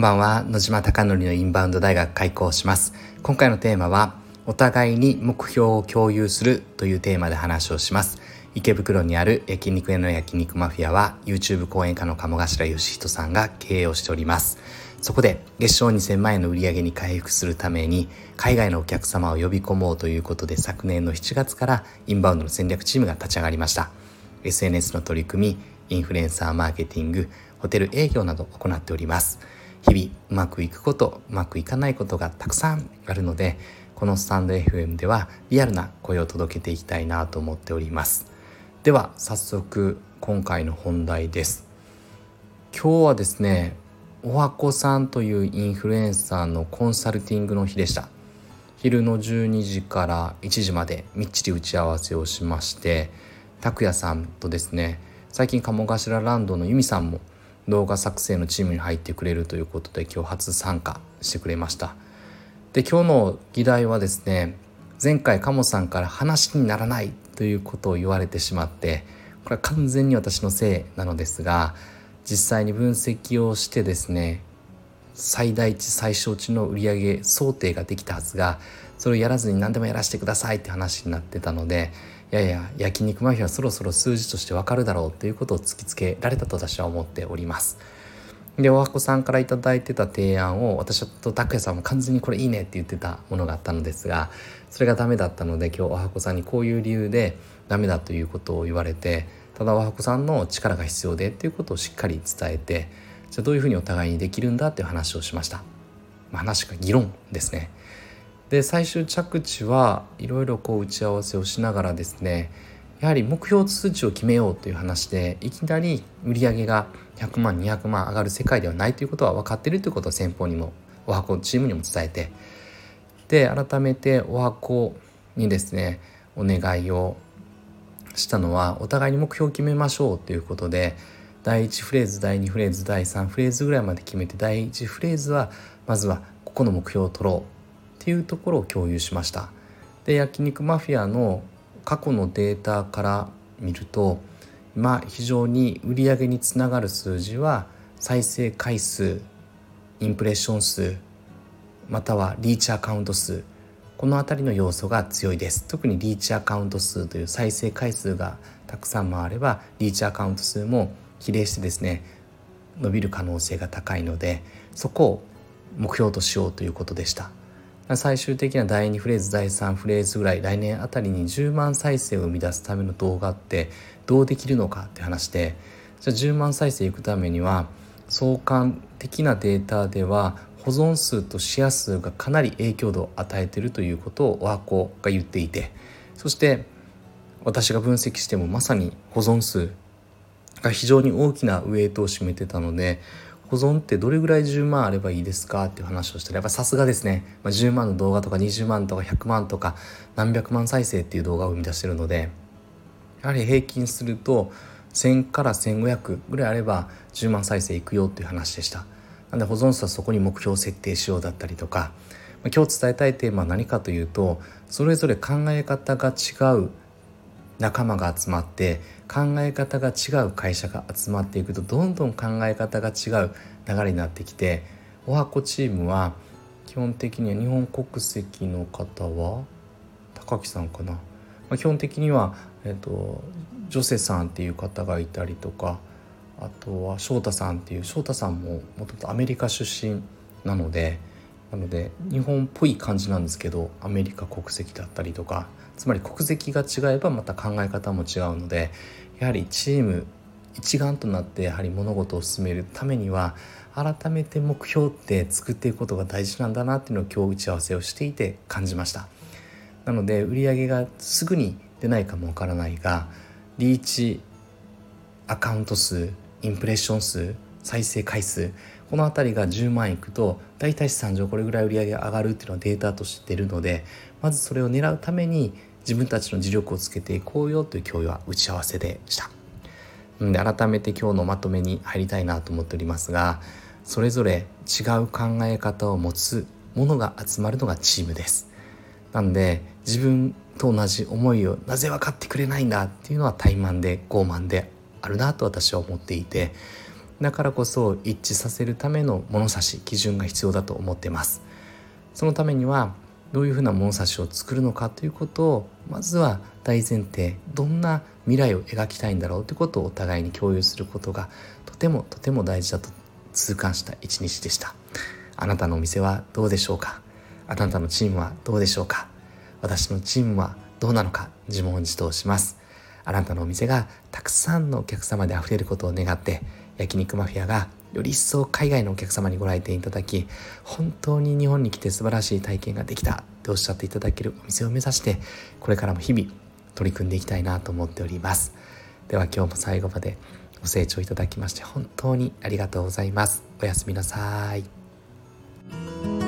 こんばんは。野島貴則のインバウンド大学開講します。今回のテーマはお互いに目標を共有するというテーマで話をします。池袋にある焼肉屋の焼肉マフィアは YouTube 講演家の鴨頭義人さんが経営をしております。そこで月賞2000万円の売り上げに回復するために海外のお客様を呼び込もうということで、昨年の7月からインバウンドの戦略チームが立ち上がりました。 SNS の取り組み、インフルエンサーマーケティング、ホテル営業などを行っております。日々うまくいくこと、うまくいかないことがたくさんあるので、このスタンド FM ではリアルな声を届けていきたいなと思っております。では早速今回の本題です。今日はですね、おはこさんというインフルエンサーのコンサルティングの日でした。昼の12時から1時までみっちり打ち合わせをしまして、拓也さんとですね、最近鴨頭ランドの由美さんも動画作成のチームに入ってくれるということで、今日初参加してくれました。で、今日の議題はですね、前回鴨さんから話にならないということを言われてしまって、これは完全に私のせいなのですが、実際に分析をしてですね、最大値最小値の売上想定ができたはずが、それをやらずに何でもやらせてくださいって話になってたので、いやいや焼肉マフィアはそろそろ数字として分かるだろうということを突きつけられたと私は思っております。で、おはこさんからいただいてた提案を私と拓也さんも完全にこれいいねって言ってたものがあったのですが、それがダメだったので、今日おはこさんにこういう理由でダメだということを言われて、ただおはこさんの力が必要でっていうことをしっかり伝えて、じゃあどういうふうにお互いにできるんだっていう話をしました。話が議論ですね。で、最終着地はいろいろ打ち合わせをしながらですね、やはり目標数値を決めようという話で、いきなり売上が100万200万上がる世界ではないということは分かっているということを先方にもおはこチームにも伝えて、で改めておはこにですねお願いをしたのは、お互いに目標を決めましょうということで、第1フレーズ第2フレーズ第3フレーズぐらいまで決めて、第1フレーズはまずはここの目標を取ろうっていうところを共有しました。で、焼肉マフィアの過去のデータから見ると、今非常に売上につながる数字は再生回数、インプレッション数、またはリーチアカウント数、このあたりの要素が強いです。特にリーチアカウント数という再生回数がたくさん回れば、リーチアカウント数も比例してですね伸びる可能性が高いので、そこを目標としようということでした。最終的な第2フレーズ第3フレーズぐらい、来年あたりに10万再生を生み出すための動画ってどうできるのかって話で、じゃあ10万再生いくためには相関的なデータでは保存数とシェア数がかなり影響度を与えているということをおはこが言っていて、そして私が分析してもまさに保存数が非常に大きなウエイトを占めてたので、保存ってどれぐらい10万あればいいですかっていう話をしたら、やっぱさすがですね、10万の動画とか20万とか100万とか何百万再生っていう動画を生み出しているので、やはり平均すると1000から1500ぐらいあれば10万再生いくよっていう話でした。なので保存数はそこに目標を設定しようだったりとか、今日伝えたいテーマは何かというと、それぞれ考え方が違う仲間が集まって、考え方が違う会社が集まっていくと、どんどん考え方が違う流れになってきて、おはこチームは基本的には日本国籍の方は高木さんかな、基本的には、ジョセさんっていう方がいたりとか、あとは翔太さんっていう、翔太さんももともとアメリカ出身なので日本っぽい感じなんですけど、アメリカ国籍だったりとか、つまり国籍が違えばまた考え方も違うので、やはりチーム一丸となってやはり物事を進めるためには、改めて目標って作っていくことが大事なんだなっていうのを今日打ち合わせをしていて感じました。なので売上がすぐに出ないかもわからないが、リーチアカウント数、インプレッション数、再生回数、このあたりが10万いくと大体資産上これぐらい売上が上がるっていうのはデータとして出るので、まずそれを狙うために自分たちの自力をつけていこうよという今日は打ち合わせでした。で、改めて今日のまとめに入りたいなと思っておりますが、それぞれ違う考え方を持つものが集まるのがチームです。なので自分と同じ思いをなぜ分かってくれないんだっていうのは怠慢で傲慢であるなと私は思っていて、 だからこそ一致させるための物差し、基準が必要だと思っています。そのためにはどういうふうな物差しを作るのかということをまずは大前提、どんな未来を描きたいんだろうということをお互いに共有することがとても大事だと痛感した一日でした。あなたのお店はどうでしょうか？あなたのチームはどうでしょうか？私のチームはどうなのか、自問自答します。あなたのお店がたくさんのお客様で溢れることを願って、焼肉マフィアがより一層海外のお客様にご来店いただき、本当に日本に来て素晴らしい体験ができたっておっしゃっていただけるお店を目指して、これからも日々取り組んでいきたいなと思っております。では今日も最後までご清聴いただきまして本当にありがとうございます。おやすみなさい。